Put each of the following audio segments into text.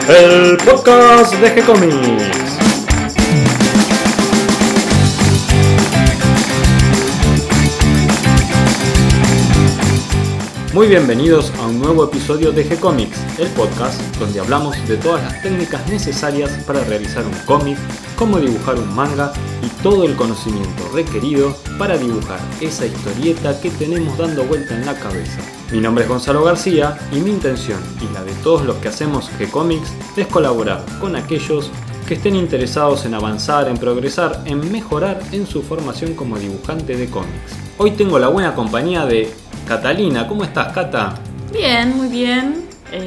el podcast de G-Comics. Muy bienvenidos a un nuevo episodio de G-Comics, el podcast donde hablamos de todas las técnicas necesarias para realizar un cómic, cómo dibujar un manga y todo el conocimiento requerido para dibujar esa historieta que tenemos dando vuelta en la cabeza. Mi nombre es Gonzalo García y mi intención y la de todos los que hacemos G-Comics es colaborar con aquellos que estén interesados en avanzar, en progresar, en mejorar en su formación como dibujante de cómics. Hoy tengo la buena compañía de Catalina. ¿Cómo estás, Cata? Bien, muy bien.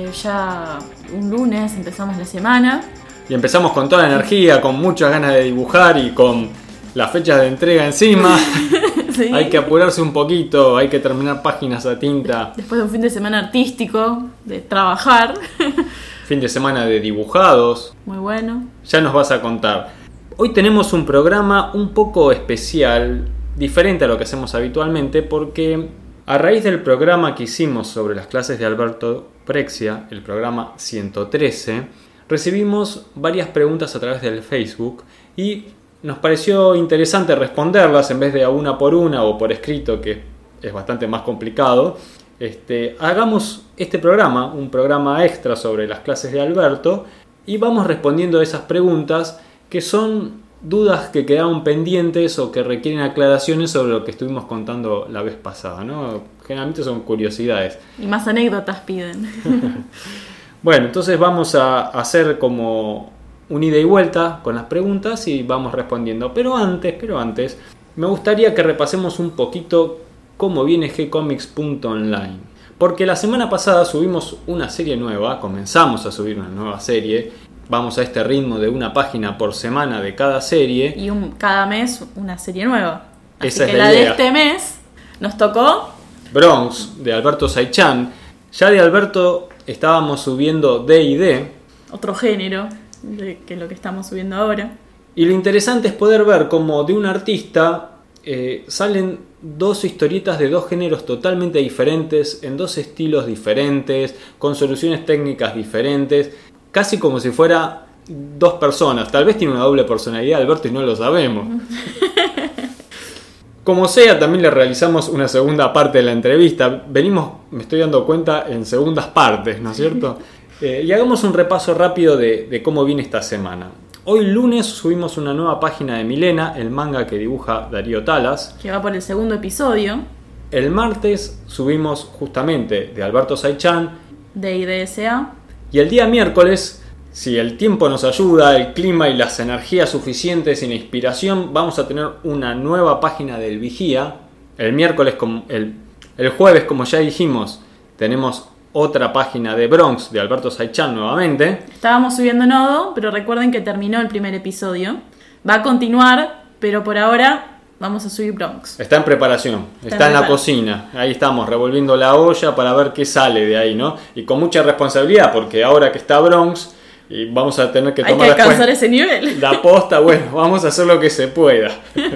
Ya un lunes empezamos la semana. Y empezamos con toda la energía, con muchas ganas de dibujar y con las fechas de entrega encima. Sí. Hay que apurarse un poquito, hay que terminar páginas a tinta. Después de un fin de semana artístico, de trabajar. Fin de semana de dibujados. Muy bueno. Ya nos vas a contar. Hoy tenemos un programa un poco especial, diferente a lo que hacemos habitualmente, porque a raíz del programa que hicimos sobre las clases de Alberto Brexia, el programa 113, recibimos varias preguntas a través del Facebook y nos pareció interesante responderlas en vez de a una por una o por escrito, que es bastante más complicado. Hagamos este programa, un programa extra sobre las clases de Alberto, y vamos respondiendo a esas preguntas que son dudas que quedaron pendientes o que requieren aclaraciones sobre lo que estuvimos contando la vez pasada, ¿no? Generalmente son curiosidades. Y más anécdotas piden. Bueno, entonces vamos a hacer como un ida y vuelta con las preguntas y vamos respondiendo. Pero antes, me gustaría que repasemos un poquito cómo viene gcomics.online. Porque la semana pasada subimos una serie nueva, comenzamos a subir una nueva serie. Vamos a este ritmo de una página por semana de cada serie. Y cada mes una serie nueva. Así Esa que es la la idea. de este mes nos tocó Bronx, de Alberto Saichan. Ya de Alberto estábamos subiendo D&D. otro género que lo que estamos subiendo ahora. Y lo interesante es poder ver cómo de un artista salen dos historietas de dos géneros totalmente diferentes, en dos estilos diferentes, con soluciones técnicas diferentes, casi como si fuera dos personas. Tal vez tiene una doble personalidad Alberto y no lo sabemos. Como sea, también le realizamos una segunda parte de la entrevista. Venimos, me estoy dando cuenta, en segundas partes, ¿no es cierto? Y hagamos un repaso rápido de cómo viene esta semana. Hoy lunes subimos una nueva página de Milena, el manga que dibuja Darío Talas. Que va por el segundo episodio. El martes subimos justamente de Alberto Saichan. De IDSA. Y el día miércoles, si el tiempo nos ayuda, el clima y las energías suficientes y la inspiración, vamos a tener una nueva página del Vigía. El miércoles, el jueves, como ya dijimos, tenemos otra página de Bronx de Alberto Saichan nuevamente. Estábamos subiendo Nodo, pero recuerden que terminó el primer episodio. Va a continuar, pero por ahora vamos a subir Bronx. Está en preparación, está en la cocina. Ahí estamos, revolviendo la olla para ver qué sale de ahí, ¿no? Y con mucha responsabilidad, porque ahora que está Bronx, y vamos a tener que tomar hay que alcanzar ese nivel. La posta, bueno, vamos a hacer lo que se pueda.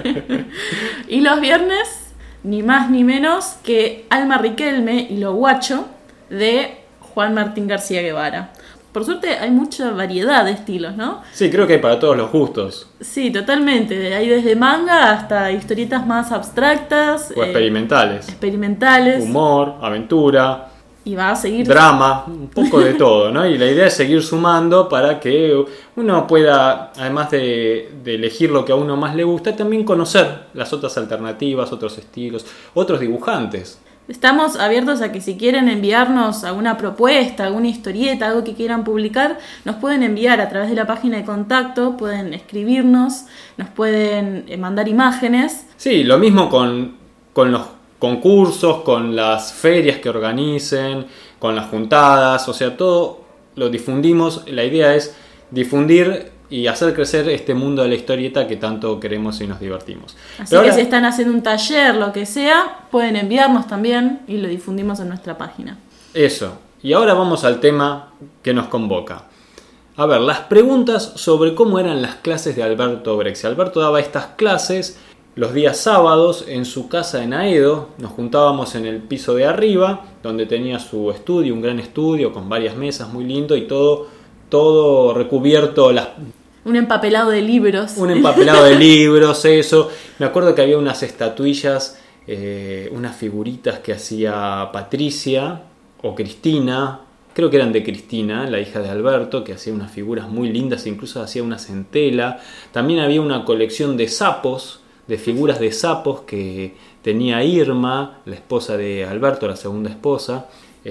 Y los viernes, ni más ni menos que Alma Riquelme y Lo Guacho de Juan Martín García Guevara. Por suerte hay mucha variedad de estilos, ¿no? Sí, creo que hay para todos los gustos. Sí, totalmente. Hay desde manga hasta historietas más abstractas. O experimentales. Experimentales. Humor, aventura. Y va a seguir. Drama, un poco de todo, ¿no? Y la idea es seguir sumando para que uno pueda, además de elegir lo que a uno más le gusta, también conocer las otras alternativas, otros estilos, otros dibujantes. Estamos abiertos a que si quieren enviarnos alguna propuesta, alguna historieta, algo que quieran publicar, nos pueden enviar a través de la página de contacto, pueden escribirnos, nos pueden mandar imágenes. Sí, lo mismo con los concursos, con las ferias que organicen, con las juntadas, o sea, todo lo difundimos. La idea es difundir y hacer crecer este mundo de la historieta que tanto queremos y nos divertimos. Así Pero que ahora, si están haciendo un taller, lo que sea, pueden enviarnos también y lo difundimos en nuestra página. Eso. Y ahora vamos al tema que nos convoca. A ver, las preguntas sobre cómo eran las clases de Alberto Brexia. Alberto daba estas clases los días sábados en su casa en Aedo. Nos juntábamos en el piso de arriba, donde tenía su estudio, un gran estudio con varias mesas, muy lindo, y todo todo recubierto, un empapelado de libros. Un empapelado de libros, eso. Me acuerdo que había unas estatuillas, unas figuritas que hacía Patricia o Cristina. Creo que eran de Cristina, la hija de Alberto, que hacía unas figuras muy lindas, incluso hacía unas en tela. También había una colección de sapos, de figuras de sapos que tenía Irma, la esposa de Alberto, la segunda esposa.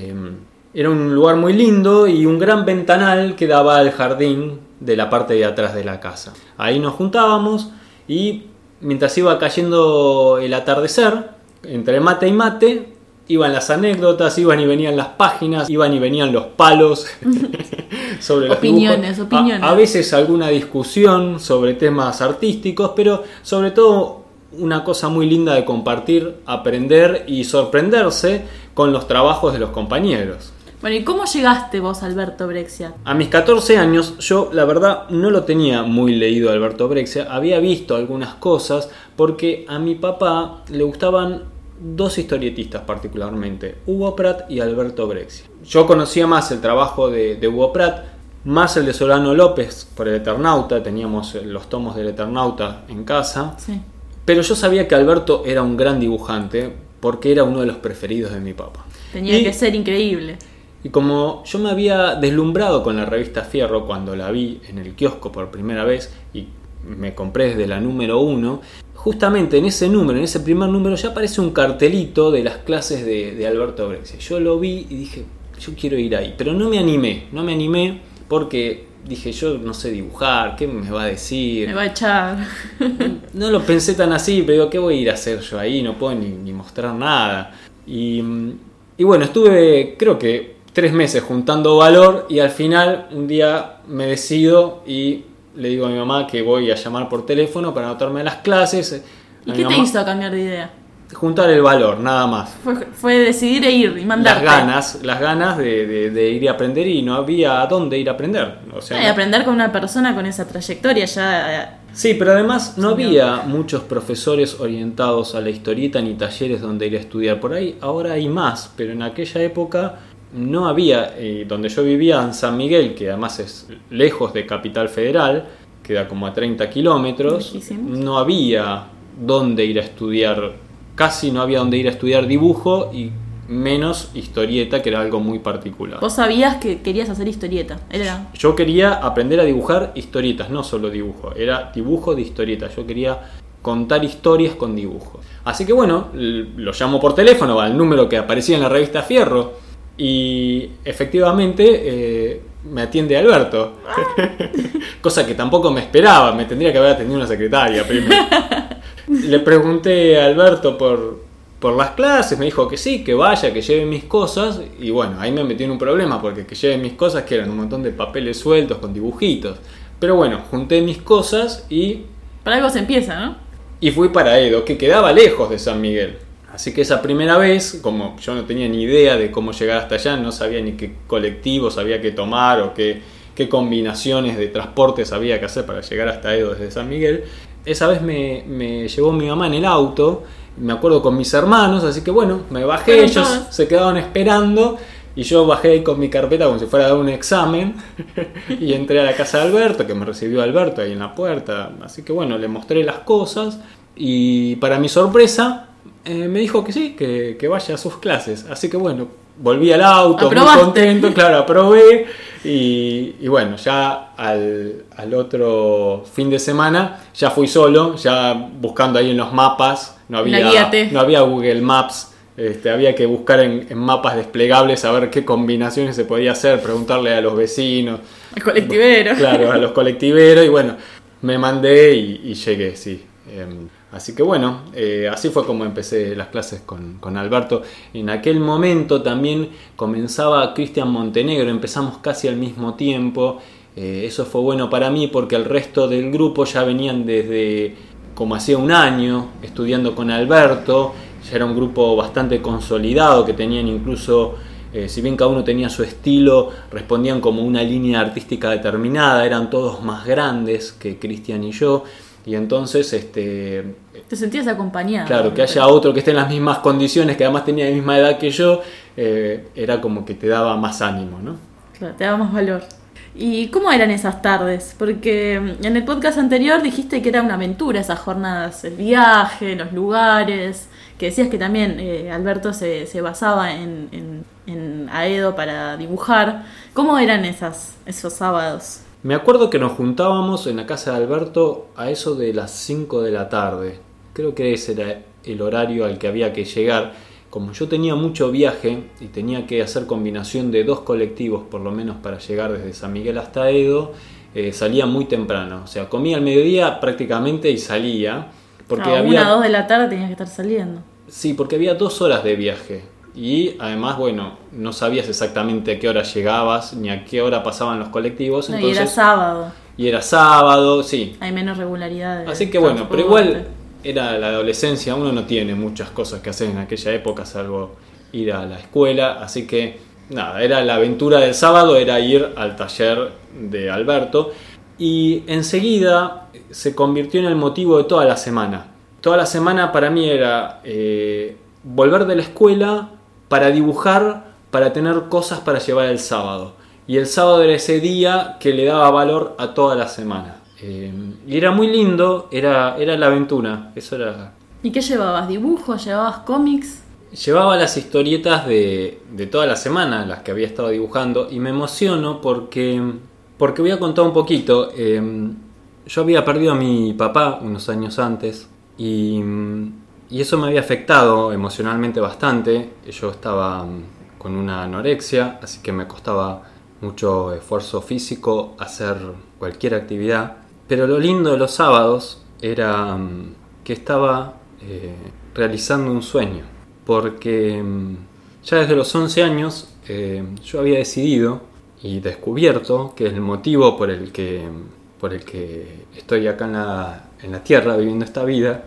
Era un lugar muy lindo y un gran ventanal que daba al jardín de la parte de atrás de la casa. Ahí nos juntábamos y mientras iba cayendo el atardecer, entre mate y mate, iban las anécdotas, iban y venían las páginas, iban y venían los palos sobre los opiniones. A veces alguna discusión sobre temas artísticos, pero sobre todo una cosa muy linda de compartir, aprender y sorprenderse con los trabajos de los compañeros. Bueno, ¿y cómo llegaste vos a Alberto Brexia? A mis 14 años, yo la verdad no lo tenía muy leído Alberto Brexia, había visto algunas cosas porque a mi papá le gustaban dos historietistas particularmente, Hugo Pratt y Alberto Brexia. Yo conocía más el trabajo de Hugo Pratt, más el de Solano López por el Eternauta, teníamos los tomos del Eternauta en casa, sí. Pero yo sabía que Alberto era un gran dibujante porque era uno de los preferidos de mi papá. Tenía que ser increíble. Y como yo me había deslumbrado con la revista Fierro cuando la vi en el kiosco por primera vez y me compré desde la número 1, justamente en ese número, en ese primer número, ya aparece un cartelito de las clases de Alberto Brexia. Yo lo vi y dije, yo quiero ir ahí, pero no me animé porque dije, yo no sé dibujar, ¿qué me va a decir? Me va a echar. No lo pensé tan así, pero digo, ¿qué voy a ir a hacer yo ahí? No puedo ni mostrar nada. Y bueno, estuve creo que 3 meses juntando valor y al final un día me decido y le digo a mi mamá que voy a llamar por teléfono para anotarme a las clases. ¿Y qué te hizo cambiar de idea? Juntar el valor, nada más. Fue decidir ir y mandarte. Las ganas de ir a aprender y no había a dónde ir a aprender. O sea, y aprender con una persona con esa trayectoria ya... Sí, pero además no había muchos profesores orientados a la historieta ni talleres donde ir a estudiar por ahí. Ahora hay más, pero en aquella época no había. Donde yo vivía, en San Miguel, que además es lejos de Capital Federal, queda como a 30 kilómetros, no había dónde ir a estudiar. Casi no había donde ir a estudiar dibujo y menos historieta, que era algo muy particular. ¿Vos sabías que querías hacer historieta? Yo quería aprender a dibujar historietas, no solo dibujo, era dibujo de historietas. Yo quería contar historias con dibujos. Así que bueno, lo llamo por teléfono al número que aparecía en la revista Fierro y efectivamente me atiende Alberto. Cosa que tampoco me esperaba, me tendría que haber atendido una secretaria primero. Le pregunté a Alberto por las clases, me dijo que sí, que vaya, que lleve mis cosas. Y bueno, ahí me metí en un problema porque que lleve mis cosas, que eran un montón de papeles sueltos con dibujitos. Pero bueno, junté mis cosas y... Para algo se empieza, ¿no? Y fui para Edo, que quedaba lejos de San Miguel. Así que esa primera vez, como yo no tenía ni idea de cómo llegar hasta allá, no sabía ni qué colectivos había que tomar o qué combinaciones de transportes había que hacer para llegar hasta Edo desde San Miguel. Esa vez me llevó mi mamá en el auto, me acuerdo con mis hermanos, así que bueno, me bajé, ellos se quedaban esperando y yo bajé ahí con mi carpeta como si fuera a dar un examen y entré a la casa de Alberto, que me recibió Alberto ahí en la puerta, así que bueno, le mostré las cosas y para mi sorpresa me dijo que sí, que vaya a sus clases, así que bueno, volví al auto, ¿Aprobaste? Muy contento, claro, aprobé. Y bueno, ya al otro fin de semana ya fui solo, ya buscando ahí en los mapas, no había Google Maps, había que buscar en mapas desplegables a ver qué combinaciones se podía hacer, preguntarle a los vecinos. El colectivero. Claro, a los colectiveros y bueno, me mandé y llegué, sí. Así que bueno, así fue como empecé las clases con Alberto. En aquel momento también comenzaba Cristian Montenegro, empezamos casi al mismo tiempo. Eso fue bueno para mí porque el resto del grupo ya venían desde como hacía un año estudiando con Alberto. Ya era un grupo bastante consolidado que tenían incluso, si bien cada uno tenía su estilo, respondían como una línea artística determinada. Eran todos más grandes que Cristian y yo. Y entonces te sentías acompañado. Claro, que haya otro que esté en las mismas condiciones, que además tenía la misma edad que yo, era como que te daba más ánimo, ¿no? Claro, te daba más valor. ¿Y cómo eran esas tardes? Porque en el podcast anterior dijiste que era una aventura esas jornadas, el viaje, los lugares, que decías que también Alberto se basaba en Aedo para dibujar. ¿Cómo eran esos sábados? Me acuerdo que nos juntábamos en la casa de Alberto a eso de las 5 de la tarde. Creo que ese era el horario al que había que llegar. Como yo tenía mucho viaje y tenía que hacer combinación de 2 colectivos por lo menos para llegar desde San Miguel hasta Aedo, salía muy temprano. O sea, comía al mediodía prácticamente y salía. Porque había 1 o 2 de la tarde tenías que estar saliendo. Sí, porque había 2 horas de viaje. Y además, bueno, no sabías exactamente a qué hora llegabas ni a qué hora pasaban los colectivos. No, entonces, y era sábado. Y era sábado, sí. Hay menos regularidad. Así que bueno, pero igual era la adolescencia, uno no tiene muchas cosas que hacer en aquella época salvo ir a la escuela, así que nada, era la aventura del sábado, era ir al taller de Alberto y enseguida se convirtió en el motivo de toda la semana. Toda la semana para mí era volver de la escuela para dibujar, para tener cosas para llevar el sábado. Y el sábado era ese día que le daba valor a toda la semana. Y era muy lindo, era la aventura, eso era. ¿Y qué llevabas? ¿Dibujos? ¿Llevabas cómics? Llevaba las historietas de toda la semana, las que había estado dibujando, y me emociono porque voy a contar un poquito. Yo había perdido a mi papá unos años antes y eso me había afectado emocionalmente bastante. Yo estaba con una anorexia, así que me costaba mucho esfuerzo físico hacer cualquier actividad. Pero lo lindo de los sábados era que estaba realizando un sueño, porque ya desde los 11 años yo había decidido y descubierto que el motivo por el que estoy acá en la tierra viviendo esta vida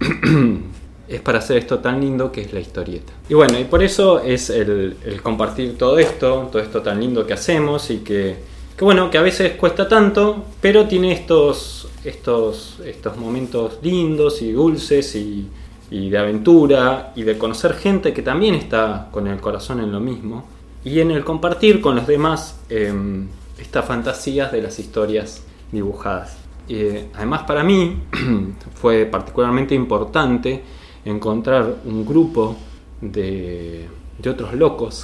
es para hacer esto tan lindo que es la historieta. Y bueno, y por eso es el compartir todo esto tan lindo que hacemos y que bueno, que a veces cuesta tanto, pero tiene estos momentos lindos y dulces y de aventura y de conocer gente que también está con el corazón en lo mismo y en el compartir con los demás estas fantasías de las historias dibujadas. Además para mí fue particularmente importante encontrar un grupo de otros locos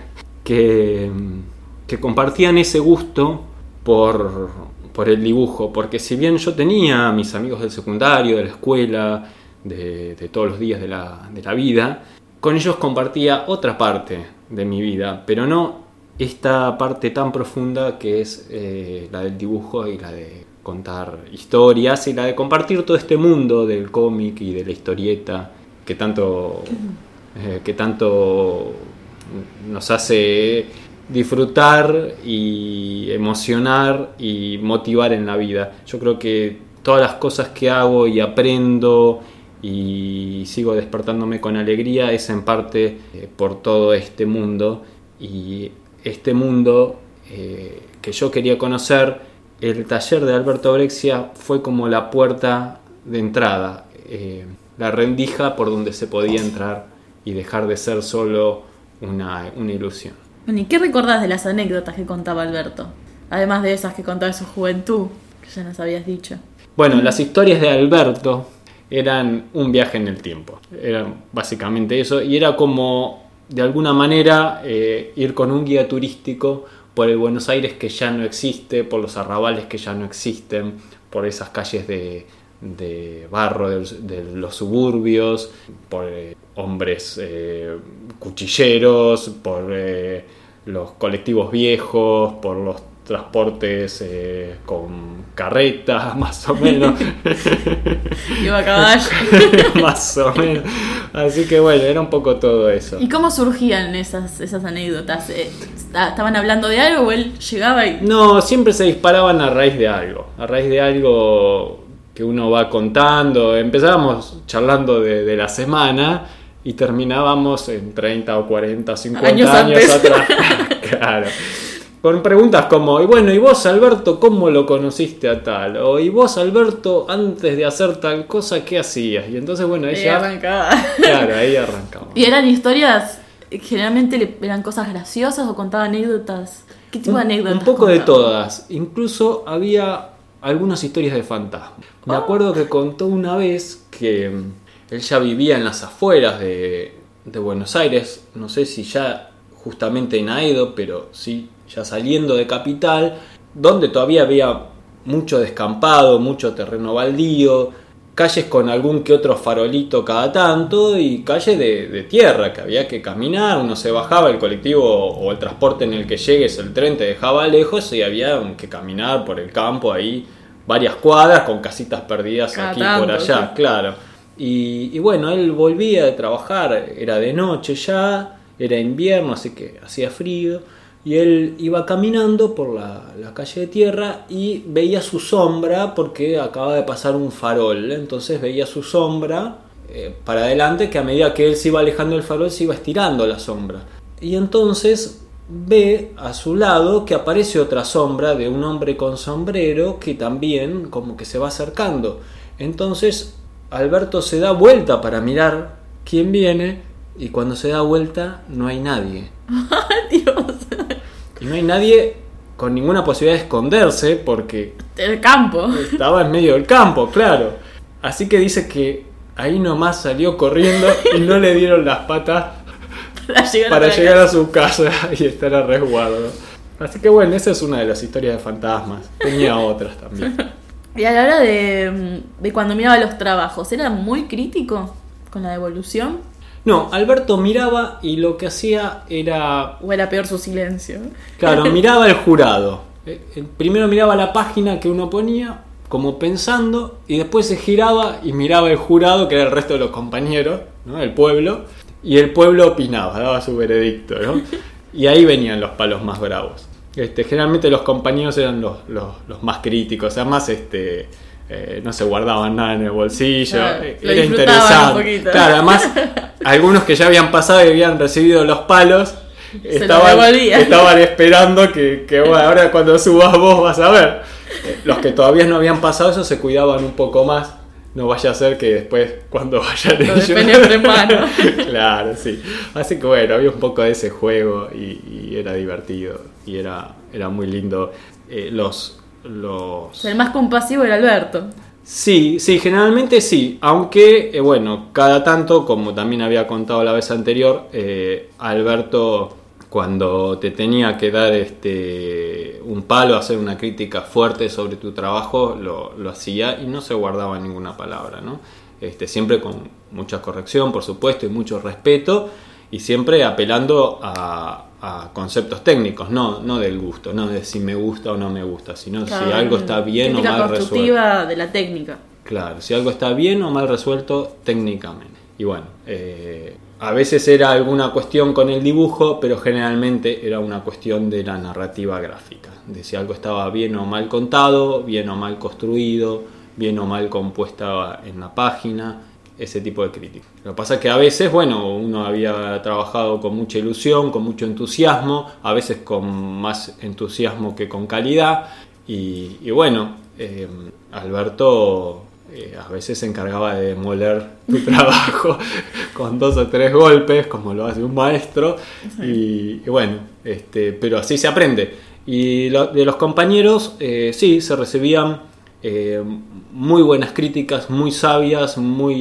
que compartían ese gusto por el dibujo, porque si bien yo tenía mis amigos del secundario, de la escuela, de todos los días de la vida, con ellos compartía otra parte de mi vida, pero no esta parte tan profunda que es la del dibujo y la de contar historias y la de compartir todo este mundo del cómic y de la historieta que tanto nos hace disfrutar y emocionar y motivar en la vida. Yo creo que todas las cosas que hago y aprendo y sigo despertándome con alegría es en parte por todo este mundo, y este mundo que yo quería conocer, el taller de Alberto Brexia fue como la puerta de entrada, la rendija por donde se podía entrar y dejar de ser solo una ilusión. ¿Y qué recordás de las anécdotas que contaba Alberto? Además de esas que contaba de su juventud, que ya nos habías dicho. Bueno, las historias de Alberto eran un viaje en el tiempo. Eran básicamente eso. Y era como, de alguna manera, ir con un guía turístico por el Buenos Aires que ya no existe, por los arrabales que ya no existen, por esas calles de barro de los suburbios, por hombres cuchilleros, por los colectivos viejos, por los transportes con carretas, más o menos. Iba a caballo. Más o menos. Así que bueno, era un poco todo eso. ¿Y cómo surgían esas anécdotas? ¿Estaban hablando de algo o él llegaba y...? No, siempre se disparaban a raíz de algo que uno va contando. Empezábamos charlando de la semana y terminábamos en 30 o 40, 50 años atrás. Claro. Con preguntas como, y bueno, ¿y vos, Alberto, cómo lo conociste a tal? O, ¿y vos, Alberto, antes de hacer tal cosa, qué hacías? Y entonces, bueno, ella... arrancaba. Claro, ahí arrancamos. ¿Y eran historias Generalmente eran cosas graciosas o contaba anécdotas. ¿Qué tipo de anécdotas? Un poco de contaba? todas. Incluso había algunas historias de fantasmas. Me acuerdo que contó una vez que él ya vivía en las afueras de Buenos Aires. No sé si ya justamente en Aedo, pero sí ya saliendo de Capital, donde todavía había mucho descampado, mucho terreno baldío, calles con algún que otro farolito cada tanto y calle de tierra que había que caminar. Uno se bajaba, el colectivo o el transporte en el que llegues, el tren te dejaba lejos y había que caminar por el campo ahí varias cuadras con casitas perdidas Cada aquí tanto, por allá, sí. claro. Y bueno, él volvía de trabajar, era de noche ya, era invierno, así que hacía frío. Y él iba caminando por la calle de tierra y veía su sombra porque acaba de pasar un farol. Entonces veía su sombra para adelante, que a medida que él se iba alejando del farol se iba estirando la sombra. Y entonces ve a su lado que aparece otra sombra de un hombre con sombrero que también como que se va acercando. Entonces Alberto se da vuelta para mirar quién viene y cuando se da vuelta no hay nadie. Dios. Y no hay nadie con ninguna posibilidad de esconderse porque El campo. estaba en medio del campo, claro. Así que dice que ahí nomás salió corriendo y no le dieron las patas para llegar a su casa y estar a resguardo. Así que bueno, esa es una de las historias de fantasmas. Tenía otras también. Y a la hora de cuando miraba los trabajos, ¿era muy crítico con la devolución? No, Alberto miraba y lo que hacía era... ¿O era peor su silencio? Claro, miraba el jurado. Primero miraba la página que uno ponía, como pensando, y después se giraba y miraba el jurado, que era el resto de los compañeros, ¿no? El pueblo, y el pueblo opinaba, daba su veredicto, ¿no? Y ahí venían los palos más bravos. Generalmente los compañeros eran los más críticos, además no se guardaban nada en el bolsillo, Claro, lo era disfrutaban interesante. un poquito. Claro, además algunos que ya habían pasado y habían recibido los palos Se los devolvían. estaban esperando que bueno, ahora cuando subas vos vas a ver. Los que todavía no habían pasado eso se cuidaban un poco más. No vaya a ser que después cuando vayan Lo ellos... depende entre manos. Claro, sí. Así que bueno, había un poco de ese juego y era divertido. Y era muy lindo. O sea, el más compasivo era Alberto. Sí, generalmente sí, aunque bueno, cada tanto, como también había contado la vez anterior, Alberto cuando te tenía que dar un palo, hacer una crítica fuerte sobre tu trabajo, lo hacía y no se guardaba ninguna palabra, ¿no? Siempre con mucha corrección, por supuesto, y mucho respeto, y siempre apelando a conceptos técnicos, no del gusto, no de si me gusta o no me gusta, sino Claro, si algo está bien o crítica mal resuelto. constructiva de la técnica. Claro, si algo está bien o mal resuelto técnicamente. Y bueno, a veces era alguna cuestión con el dibujo, pero generalmente era una cuestión de la narrativa gráfica, de si algo estaba bien o mal contado, bien o mal construido, bien o mal compuesta en la página, ese tipo de crítica. Lo que pasa es que a veces, bueno, uno había trabajado con mucha ilusión, con mucho entusiasmo, a veces con más entusiasmo que con calidad, y bueno, Alberto a veces se encargaba de demoler tu trabajo con 2 o 3 golpes, como lo hace un maestro, sí. Y bueno, pero así se aprende. Y de los compañeros, sí, se recibían muy buenas críticas, muy sabias,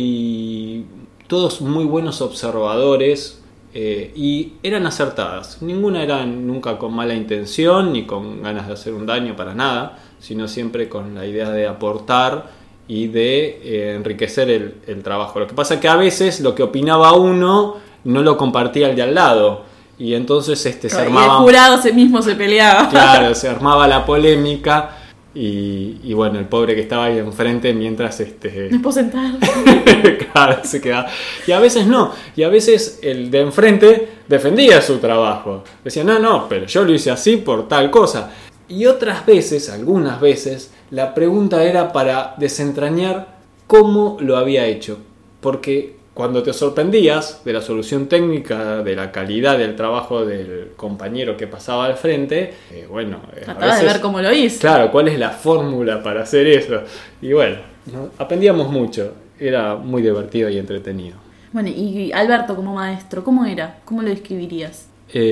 todos muy buenos observadores, y eran acertadas. Ninguna era nunca con mala intención ni con ganas de hacer un daño para nada, sino siempre con la idea de aportar y de enriquecer el trabajo. Lo que pasa es que a veces lo que opinaba uno no lo compartía el de al lado, y entonces se armaba... Y el jurado ese mismo se peleaba. Claro, se armaba la polémica. Y bueno, el pobre que estaba ahí enfrente mientras ¿Me puedo sentar? claro, se quedaba. Y a veces no, y a veces el de enfrente defendía su trabajo. Decía, no, pero yo lo hice así por tal cosa. Y otras veces, algunas veces, la pregunta era para desentrañar cómo lo había hecho. Porque cuando te sorprendías de la solución técnica, de la calidad del trabajo del compañero que pasaba al frente, bueno... Tratabas de ver cómo lo hizo. Claro, cuál es la fórmula para hacer eso. Y bueno, ¿no? Aprendíamos mucho. Era muy divertido y entretenido. Bueno, y Alberto como maestro, ¿cómo era? ¿Cómo lo describirías?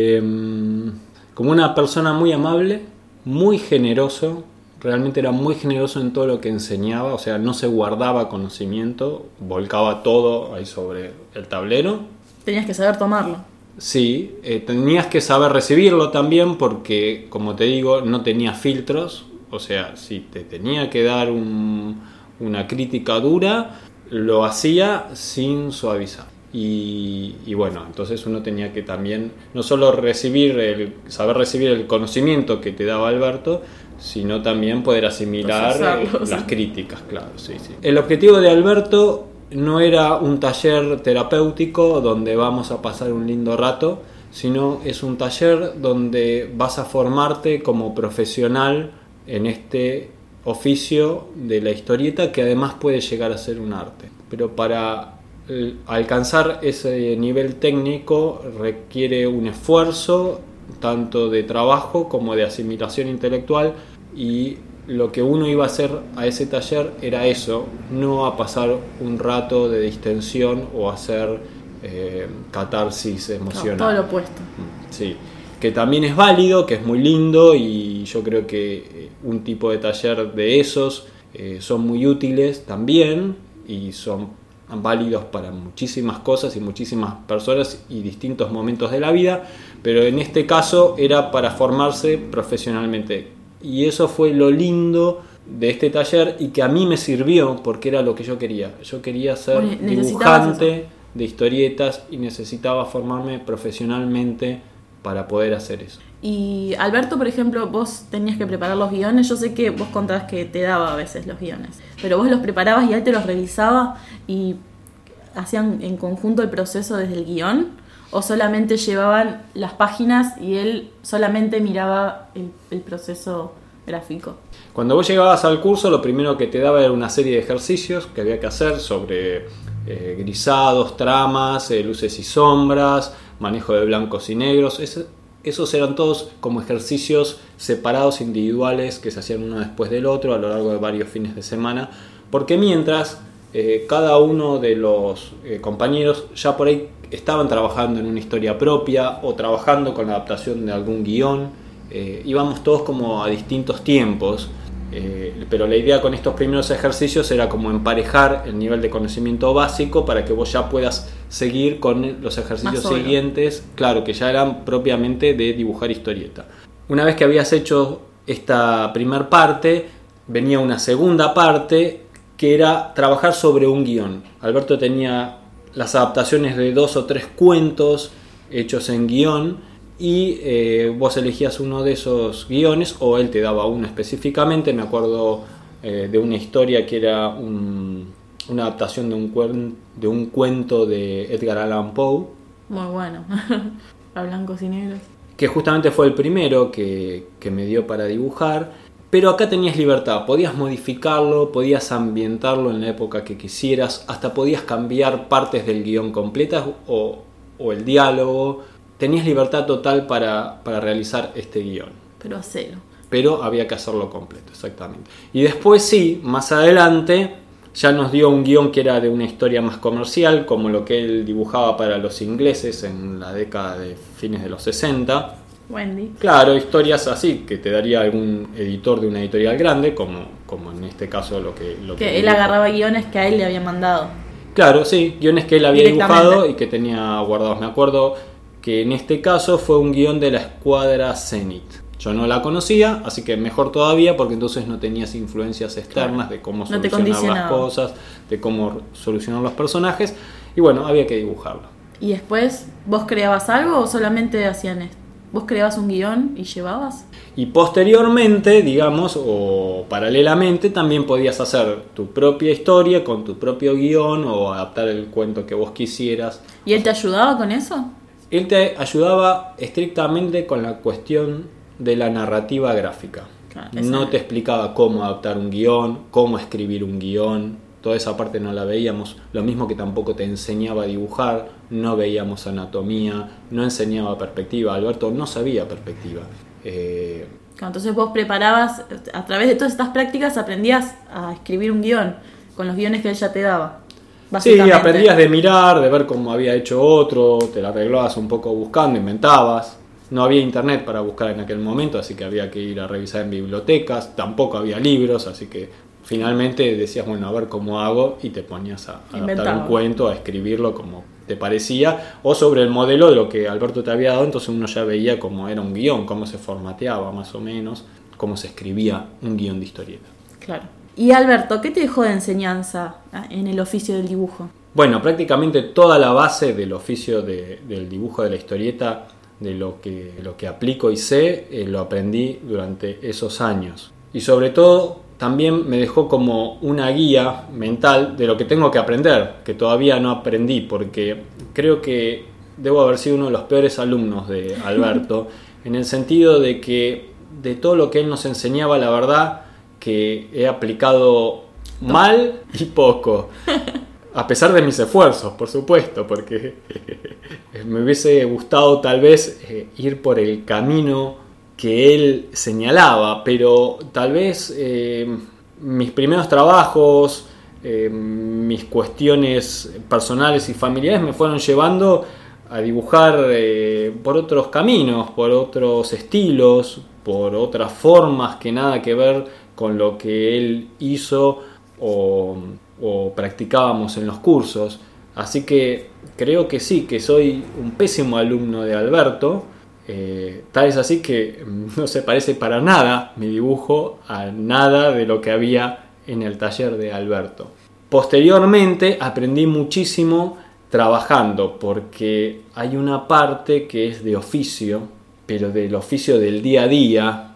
Como una persona muy amable, muy generoso, realmente era muy generoso en todo lo que enseñaba, o sea, no se guardaba conocimiento, volcaba todo ahí sobre el tablero. Tenías que saber tomarlo. Sí, tenías que saber recibirlo también porque, como te digo, no tenía filtros, o sea, si te tenía que dar una crítica dura, lo hacía sin suavizar. Y bueno, entonces uno tenía que también no solo saber recibir el conocimiento que te daba Alberto, sino también poder asimilar las críticas, claro, sí. El objetivo de Alberto no era un taller terapéutico donde vamos a pasar un lindo rato, sino es un taller donde vas a formarte como profesional en este oficio de la historieta, que además puede llegar a ser un arte. Pero para alcanzar ese nivel técnico requiere un esfuerzo tanto de trabajo como de asimilación intelectual, y lo que uno iba a hacer a ese taller era eso, no a pasar un rato de distensión o hacer catarsis emocional. No, todo lo opuesto. Sí, que también es válido, que es muy lindo, y yo creo que un tipo de taller de esos son muy útiles también y son válidos para muchísimas cosas y muchísimas personas y distintos momentos de la vida, pero en este caso era para formarse profesionalmente, y eso fue lo lindo de este taller y que a mí me sirvió porque era lo que yo quería. Yo quería ser dibujante de historietas y necesitaba formarme profesionalmente para poder hacer eso. Y Alberto, por ejemplo, vos tenías que preparar los guiones. Yo sé que vos contabas que te daba a veces los guiones, pero vos los preparabas y él te los revisaba y hacían en conjunto el proceso desde el guión, o solamente llevaban las páginas y él solamente miraba el proceso gráfico. Cuando vos llegabas al curso, lo primero que te daba era una serie de ejercicios que había que hacer sobre grisados, tramas, luces y sombras, manejo de blancos y negros. Esos eran todos como ejercicios separados, individuales, que se hacían uno después del otro a lo largo de varios fines de semana, porque mientras cada uno de los compañeros ya por ahí estaban trabajando en una historia propia o trabajando con la adaptación de algún guión, íbamos todos como a distintos tiempos, pero la idea con estos primeros ejercicios era como emparejar el nivel de conocimiento básico para que vos ya puedas seguir con los ejercicios siguientes, claro, que ya eran propiamente de dibujar historieta. Una vez que habías hecho esta primer parte, venía una segunda parte que era trabajar sobre un guión. Alberto tenía las adaptaciones de 2 o 3 cuentos hechos en guión, y vos elegías uno de esos guiones o él te daba uno específicamente. Me acuerdo de una historia que era una adaptación de un cuento de Edgar Allan Poe. Muy bueno, a blancos y negros. Que justamente fue el primero que me dio para dibujar. Pero acá tenías libertad, podías modificarlo, podías ambientarlo en la época que quisieras, hasta podías cambiar partes del guión completas o el diálogo. Tenías libertad total para realizar este guión. Pero a cero. Pero había que hacerlo completo, exactamente. Y después sí, más adelante, ya nos dio un guión que era de una historia más comercial, como lo que él dibujaba para los ingleses en la década de fines de los 60. Wendy. Claro, historias así, que te daría algún editor de una editorial grande, como en este caso lo que él agarraba guiones que a él le habían mandado. Claro, sí, guiones que él había dibujado y que tenía guardados. Me acuerdo que en este caso fue un guión de la Escuadra Zenith. Yo no la conocía, así que mejor todavía, porque entonces no tenías influencias externas de cómo solucionar las cosas, de cómo solucionar los personajes, y bueno, había que dibujarlo. ¿Y después vos creabas algo o solamente hacían esto? ¿Vos creabas un guión y llevabas? Y posteriormente, digamos, o paralelamente, también podías hacer tu propia historia con tu propio guión o adaptar el cuento que vos quisieras. ¿Y él te ayudaba con eso? Él te ayudaba estrictamente con la cuestión de la narrativa gráfica. Claro, no te explicaba cómo adaptar un guión, cómo escribir un guión. Toda esa parte no la veíamos. Lo mismo que tampoco te enseñaba a dibujar, no veíamos anatomía, no enseñaba perspectiva. Alberto no sabía perspectiva. Entonces vos preparabas, a través de todas estas prácticas aprendías a escribir un guión, con los guiones que él ya te daba. básicamente. Sí, aprendías de mirar, de ver cómo había hecho otro, te la arreglabas un poco buscando, inventabas. No había internet para buscar en aquel momento, así que había que ir a revisar en bibliotecas. Tampoco había libros, así que finalmente decías, bueno, a ver cómo hago, y te ponías a adaptar un cuento, a escribirlo como te parecía, o sobre el modelo de lo que Alberto te había dado. Entonces uno ya veía cómo era un guión, cómo se formateaba más o menos, cómo se escribía un guión de historieta. Claro. Y Alberto, ¿qué te dejó de enseñanza en el oficio del dibujo? Bueno, prácticamente toda la base del oficio del dibujo de la historieta, de lo que aplico y sé, lo aprendí durante esos años. Y sobre todo también me dejó como una guía mental de lo que tengo que aprender, que todavía no aprendí, porque creo que debo haber sido uno de los peores alumnos de Alberto, en el sentido de que de todo lo que él nos enseñaba, la verdad que he aplicado mal y poco. A pesar de mis esfuerzos, por supuesto, porque me hubiese gustado tal vez ir por el camino que él señalaba, pero tal vez mis primeros trabajos, mis cuestiones personales y familiares me fueron llevando a dibujar por otros caminos, por otros estilos, por otras formas que nada que ver con lo que él hizo o practicábamos en los cursos. Así que creo que sí, que soy un pésimo alumno de Alberto. Tal es así que no se parece para nada mi dibujo a nada de lo que había en el taller de Alberto. Posteriormente aprendí muchísimo trabajando, porque hay una parte que es de oficio, pero del oficio del día a día,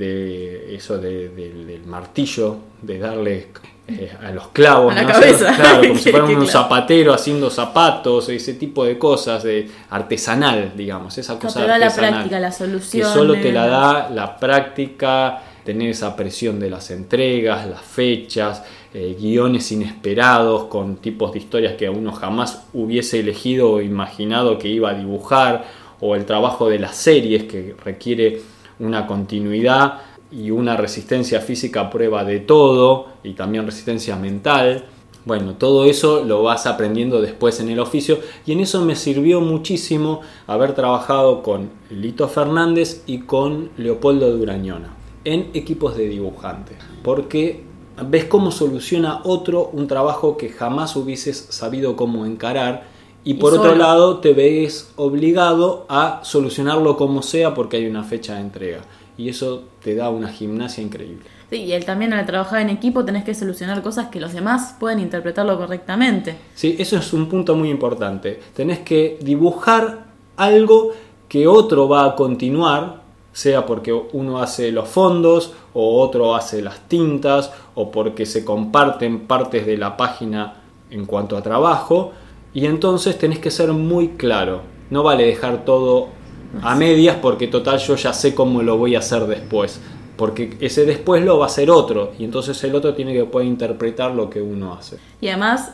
de eso del martillo, de darle a los clavos, a la ¿no? cabeza. Claro, como si fuera un zapatero haciendo zapatos, ese tipo de cosas, artesanal, digamos, esa cosa te da artesanal, la práctica, la solución. Que solo te la da la práctica, tener esa presión de las entregas, las fechas, guiones inesperados con tipos de historias que uno jamás hubiese elegido o imaginado que iba a dibujar, o el trabajo de las series que requiere una continuidad y una resistencia física a prueba de todo, y también resistencia mental. Bueno, todo eso lo vas aprendiendo después en el oficio, y en eso me sirvió muchísimo haber trabajado con Lito Fernández y con Leopoldo Durañona en equipos de dibujantes, porque ves cómo soluciona otro un trabajo que jamás hubieses sabido cómo encarar, y por otro lado te ves obligado a solucionarlo como sea porque hay una fecha de entrega, y eso te da una gimnasia increíble. Sí, y él también, al trabajar en equipo, tenés que solucionar cosas que los demás pueden interpretarlo correctamente. Sí, eso es un punto muy importante. Tenés que dibujar algo que otro va a continuar, sea porque uno hace los fondos o otro hace las tintas, o porque se comparten partes de la página en cuanto a trabajo, y entonces tenés que ser muy claro. No vale dejar todo a medias, porque total yo ya sé cómo lo voy a hacer después, porque ese después lo va a hacer otro, y entonces el otro tiene que poder interpretar lo que uno hace. Y además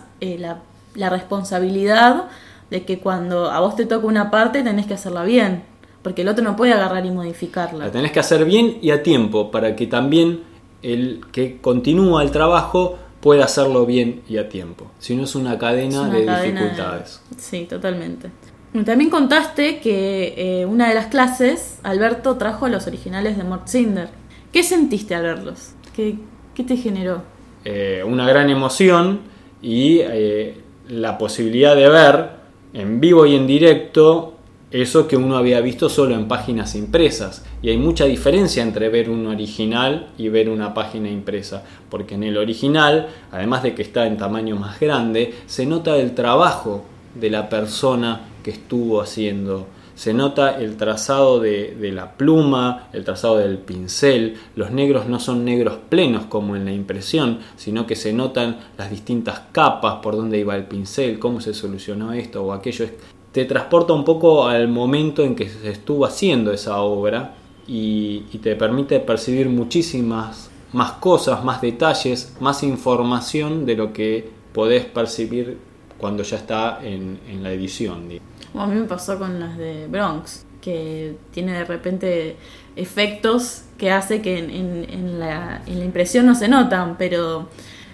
la responsabilidad de que cuando a vos te toca una parte tenés que hacerla bien, porque el otro no puede agarrar y modificarla. La tenés que hacer bien y a tiempo, para que también el que continúa el trabajo pueda hacerlo bien y a tiempo. Si no, es una cadena de dificultades. Sí, totalmente. También contaste que una de las clases, Alberto trajo a los originales de Mort Cinder. ¿Qué sentiste al verlos? ¿Qué te generó? Una gran emoción, y la posibilidad de ver en vivo y en directo eso que uno había visto solo en páginas impresas. Y hay mucha diferencia entre ver un original y ver una página impresa, porque en el original, además de que está en tamaño más grande, se nota el trabajo de la persona que estuvo haciendo. Se nota el trazado de la pluma, el trazado del pincel. Los negros no son negros plenos como en la impresión, sino que se notan las distintas capas, por dónde iba el pincel, cómo se solucionó esto o aquello. Te transporta un poco al momento en que se estuvo haciendo esa obra, y te permite percibir muchísimas más cosas, más detalles, más información de lo que podés percibir cuando ya está en la edición. A mí me pasó con las de Bronx, que tiene de repente efectos que hace que en la impresión no se notan, pero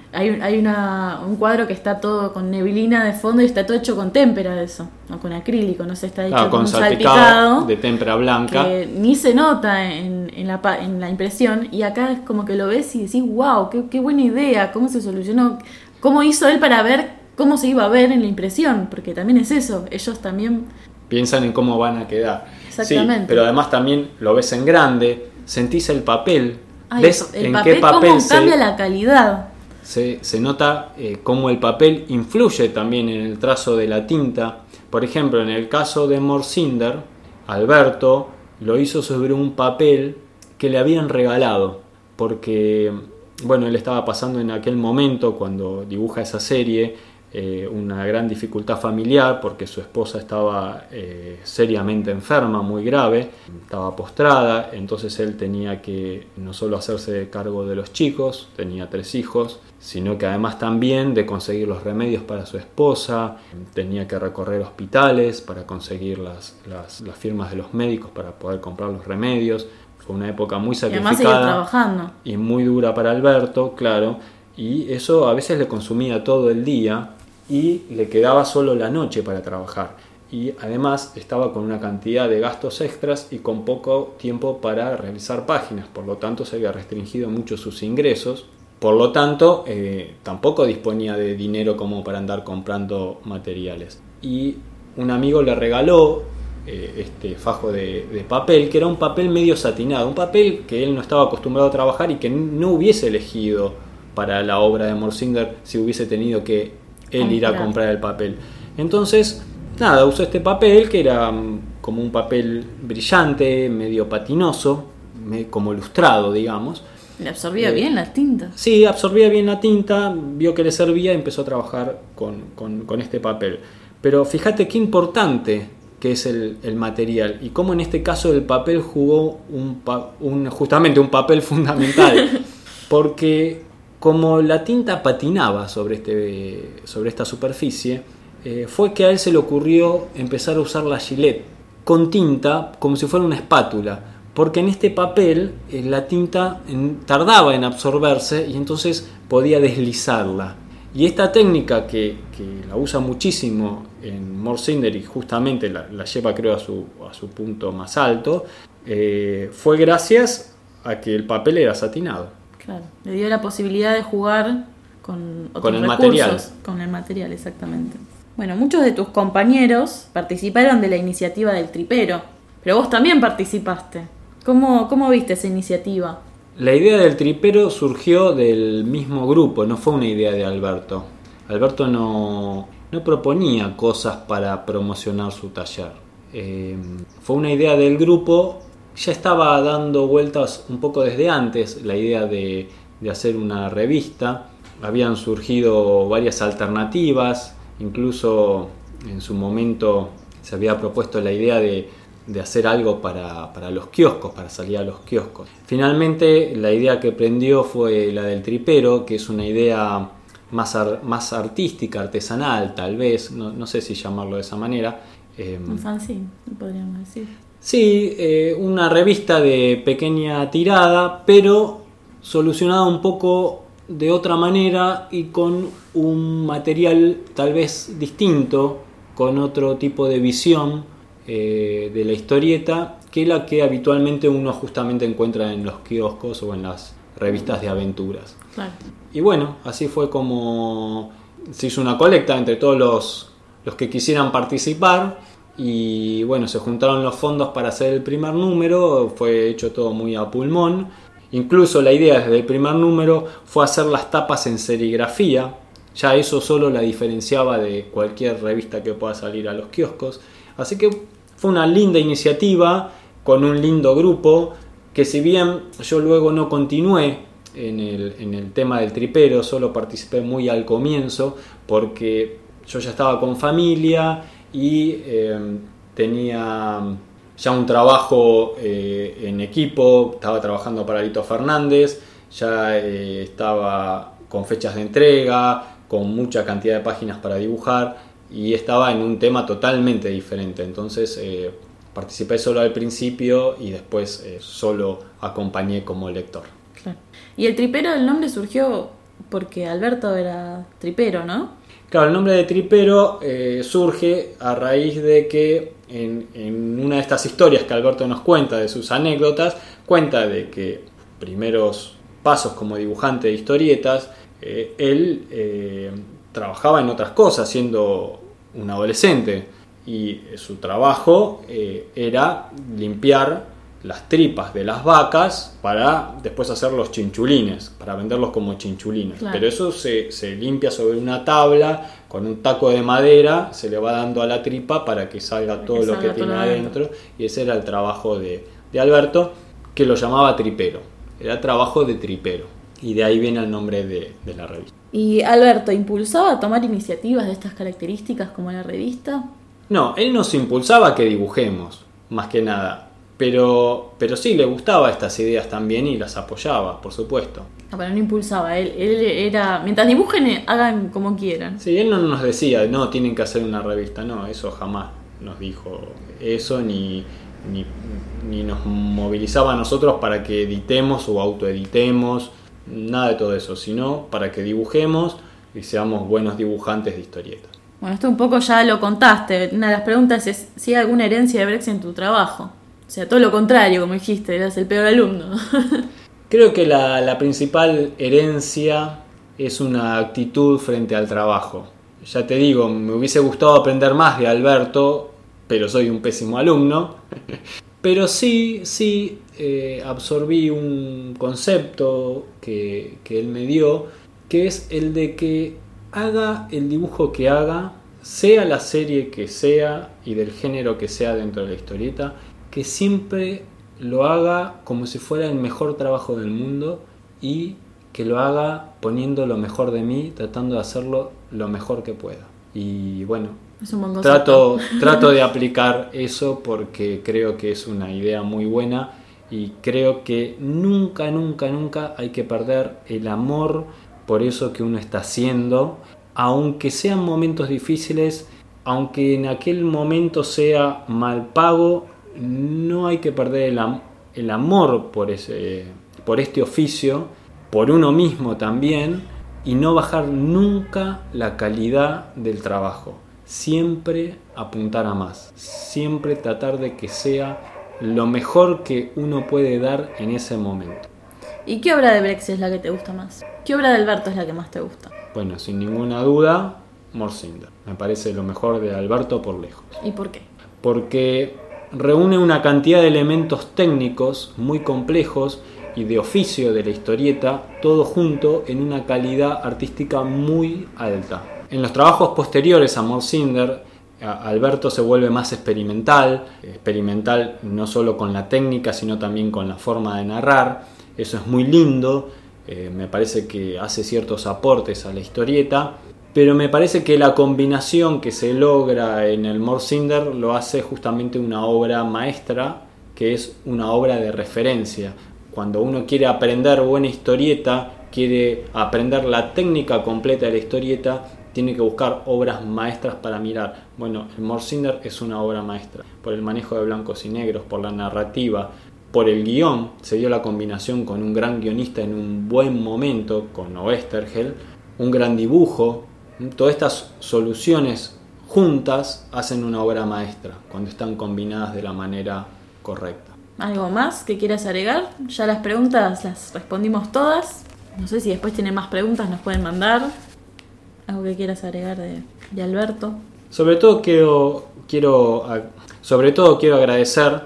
Hay un cuadro que está todo con neblina de fondo y está todo hecho con témpera eso, o con acrílico, no sé, está hecho con un salpicado de témpera blanca. Que ni se nota en la impresión, y acá es como que lo ves y decís, wow, qué buena idea, cómo se solucionó, cómo hizo él para ver cómo se iba a ver en la impresión, porque también es eso, ellos también piensan en cómo van a quedar. Exactamente. Sí, pero además también lo ves en grande, sentís el papel, ves el en papel, qué papel cómo cambia la calidad. Se nota cómo el papel influye también en el trazo de la tinta. Por ejemplo, en el caso de Morsinder, Alberto lo hizo sobre un papel que le habían regalado, porque bueno, él estaba pasando en aquel momento, cuando dibuja esa serie, una gran dificultad familiar, porque su esposa estaba seriamente enferma, muy grave, estaba postrada. Entonces él tenía que no solo hacerse cargo de los chicos, tenía 3 hijos, sino que además también de conseguir los remedios para su esposa. Tenía que recorrer hospitales para conseguir las firmas de los médicos para poder comprar los remedios. Fue una época muy sacrificada y muy dura para Alberto, claro, y eso a veces le consumía todo el día y le quedaba solo la noche para trabajar. Y además estaba con una cantidad de gastos extras y con poco tiempo para realizar páginas, por lo tanto se había restringido mucho sus ingresos. Por lo tanto, tampoco disponía de dinero como para andar comprando materiales. Y un amigo le regaló este fajo de papel, que era un papel medio satinado, un papel que él no estaba acostumbrado a trabajar y que no hubiese elegido para la obra de Morsinder si hubiese tenido que él ir a comprar el papel. Entonces, nada, usó este papel que era como un papel brillante, medio patinoso, como lustrado, digamos. ¿Le absorbía bien la tinta? Sí, absorbía bien la tinta, vio que le servía y empezó a trabajar con este papel. Pero fíjate qué importante que es el material y cómo en este caso el papel jugó justamente un papel fundamental, porque como la tinta patinaba sobre esta superficie, fue que a él se le ocurrió empezar a usar la Gillette con tinta como si fuera una espátula, porque en este papel la tinta tardaba en absorberse y entonces podía deslizarla. Y esta técnica que la usa muchísimo en Morsinder y justamente la lleva, creo, a su punto más alto, fue gracias a que el papel era satinado. Claro, le dio la posibilidad de jugar con otros el recursos, material. Con el material, exactamente. Bueno, muchos de tus compañeros participaron de la iniciativa del tripero, pero vos también participaste. ¿Cómo viste esa iniciativa? La idea del tripero surgió del mismo grupo, no fue una idea de Alberto. Alberto no proponía cosas para promocionar su taller. Fue una idea del grupo. Ya estaba dando vueltas un poco desde antes la idea de hacer una revista. Habían surgido varias alternativas, incluso en su momento se había propuesto la idea de hacer algo para los kioscos, para salir a los kioscos. Finalmente la idea que prendió fue la del tripero, que es una idea más artística, artesanal tal vez, no sé si llamarlo de esa manera. Un fanzine, podríamos decir. Sí, una revista de pequeña tirada, pero solucionada un poco de otra manera y con un material tal vez distinto, con otro tipo de visión de la historieta que la que habitualmente uno justamente encuentra en los kioscos o en las revistas de aventuras. Claro. Y bueno, así fue como se hizo una colecta entre todos los que quisieran participar. Y bueno, se juntaron los fondos para hacer el primer número, fue hecho todo muy a pulmón. Incluso la idea desde el primer número fue hacer las tapas en serigrafía. Ya eso solo la diferenciaba de cualquier revista que pueda salir a los kioscos. Así que fue una linda iniciativa con un lindo grupo, que si bien yo luego no continué en el tema del tripero, solo participé muy al comienzo porque yo ya estaba con familia y tenía ya un trabajo en equipo, estaba trabajando para Lito Fernández, ya estaba con fechas de entrega, con mucha cantidad de páginas para dibujar y estaba en un tema totalmente diferente. Entonces participé solo al principio y después solo acompañé como lector. Claro. ¿Y el tripero, el nombre surgió porque Alberto era tripero, ¿no? Claro, el nombre de tripero surge a raíz de que en una de estas historias que Alberto nos cuenta, de sus anécdotas, cuenta de que primeros pasos como dibujante de historietas, él trabajaba en otras cosas siendo un adolescente, y su trabajo era limpiar las tripas de las vacas para después hacer los chinchulines, para venderlos como chinchulines. Claro. Pero eso se limpia sobre una tabla, con un taco de madera, se le va dando a la tripa para que salga todo lo que tiene adentro. Y ese era el trabajo de Alberto, que lo llamaba tripero. Era trabajo de tripero. Y de ahí viene el nombre de la revista. ¿Y Alberto impulsaba a tomar iniciativas de estas características como la revista? No, él nos impulsaba a que dibujemos, más que nada. Pero sí le gustaba estas ideas también y las apoyaba, por supuesto. No, pero no impulsaba, él era... Mientras dibujen, hagan como quieran. Sí, él no nos decía, no, tienen que hacer una revista. No, eso jamás nos dijo eso, ni nos movilizaba a nosotros para que editemos o autoeditemos, nada de todo eso, sino para que dibujemos y seamos buenos dibujantes de historietas. Bueno, esto un poco ya lo contaste. Una de las preguntas es si hay alguna herencia de Brexit en tu trabajo. O sea, todo lo contrario, como dijiste, eras el peor alumno. Creo que la principal herencia es una actitud frente al trabajo. Ya te digo, me hubiese gustado aprender más de Alberto, pero soy un pésimo alumno. Pero sí, absorbí un concepto que él me dio, que es el de que haga el dibujo que haga, sea la serie que sea y del género que sea dentro de la historieta, que siempre lo haga como si fuera el mejor trabajo del mundo y que lo haga poniendo lo mejor de mí, tratando de hacerlo lo mejor que pueda. Y bueno, es un buen concepto. trato de aplicar eso porque creo que es una idea muy buena y creo que nunca hay que perder el amor por eso que uno está haciendo, aunque sean momentos difíciles, aunque en aquel momento sea mal pago. No hay que perder el amor por este oficio, por uno mismo también, y no bajar nunca la calidad del trabajo. Siempre apuntar a más, siempre tratar de que sea lo mejor que uno puede dar en ese momento. ¿Y qué obra de Brexit es la que te gusta más? ¿Qué obra de Alberto es la que más te gusta? Bueno, sin ninguna duda, Morcinder. Me parece lo mejor de Alberto por lejos. ¿Y por qué? Porque reúne una cantidad de elementos técnicos muy complejos y de oficio de la historieta, todo junto en una calidad artística muy alta. En los trabajos posteriores a Morcinder, Alberto se vuelve más experimental no solo con la técnica, sino también con la forma de narrar. Eso es muy lindo, me parece que hace ciertos aportes a la historieta. Pero me parece que la combinación que se logra en el Morcinder lo hace justamente una obra maestra, que es una obra de referencia. Cuando uno quiere aprender buena historieta, quiere aprender la técnica completa de la historieta, tiene que buscar obras maestras para mirar. Bueno, el Morcinder es una obra maestra, por el manejo de blancos y negros, por la narrativa, por el guión. Se dio la combinación con un gran guionista en un buen momento, con Oesterheld, un gran dibujo. Todas estas soluciones juntas hacen una obra maestra cuando están combinadas de la manera correcta. ¿Algo más que quieras agregar? Ya las preguntas las respondimos todas. No sé si después tienen más preguntas, nos pueden mandar. ¿Algo que quieras agregar de Alberto? Sobre todo quiero agradecer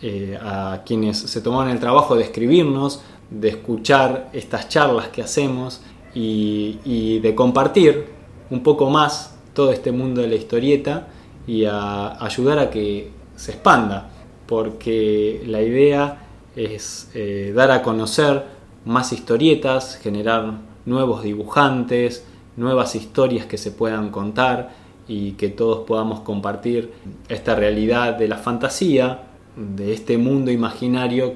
a quienes se tomaron el trabajo de escribirnos, de escuchar estas charlas que hacemos y de compartir un poco más todo este mundo de la historieta y a ayudar a que se expanda, porque la idea es dar a conocer más historietas, generar nuevos dibujantes, nuevas historias que se puedan contar y que todos podamos compartir esta realidad de la fantasía, de este mundo imaginario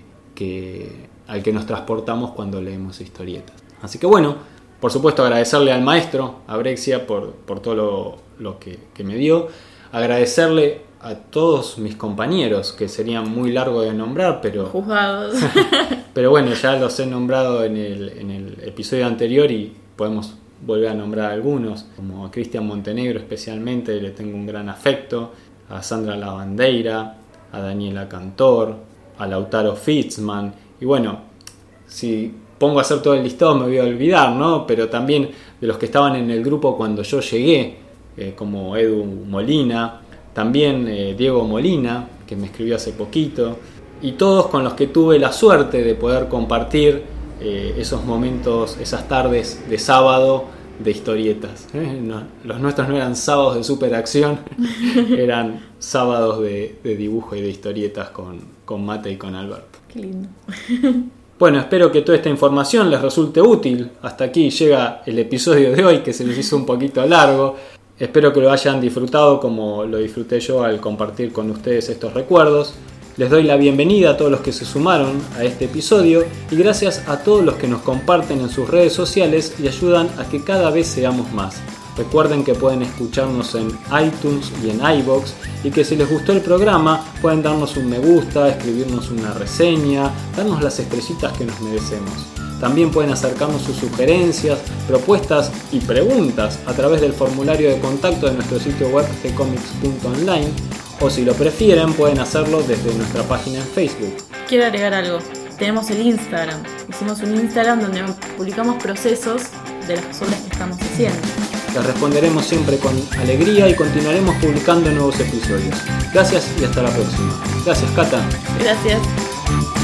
al que nos transportamos cuando leemos historietas. Así que bueno, por supuesto agradecerle al maestro, a Brexia, por todo lo que me dio. Agradecerle a todos mis compañeros, que serían muy largo de nombrar, pero juzgados. pero bueno, ya los he nombrado en episodio anterior y podemos volver a nombrar algunos, como a Cristian Montenegro especialmente, le tengo un gran afecto, a Sandra Lavandeira, a Daniela Cantor, a Lautaro Fitzman, y bueno, si pongo a hacer todo el listado me voy a olvidar, ¿no? Pero también de los que estaban en el grupo cuando yo llegué, como Edu Molina, también Diego Molina, que me escribió hace poquito, y todos con los que tuve la suerte de poder compartir esos momentos, esas tardes de sábado de historietas. No, los nuestros no eran sábados de superacción, eran sábados de dibujo y de historietas con Mate y con Alberto. Qué lindo. Bueno, espero que toda esta información les resulte útil. Hasta aquí llega el episodio de hoy, que se les hizo un poquito largo. Espero que lo hayan disfrutado como lo disfruté yo al compartir con ustedes estos recuerdos. Les doy la bienvenida a todos los que se sumaron a este episodio y gracias a todos los que nos comparten en sus redes sociales y ayudan a que cada vez seamos más. Recuerden que pueden escucharnos en iTunes y en iVoox y que si les gustó el programa pueden darnos un me gusta, escribirnos una reseña, darnos las estrellitas que nos merecemos. También pueden acercarnos sus sugerencias, propuestas y preguntas a través del formulario de contacto de nuestro sitio web gcomics.online o si lo prefieren pueden hacerlo desde nuestra página en Facebook. Quiero agregar algo. Tenemos el Instagram. Hicimos un Instagram donde publicamos procesos de las obras que estamos haciendo. Les responderemos siempre con alegría y continuaremos publicando nuevos episodios. Gracias y hasta la próxima. Gracias, Cata. Gracias.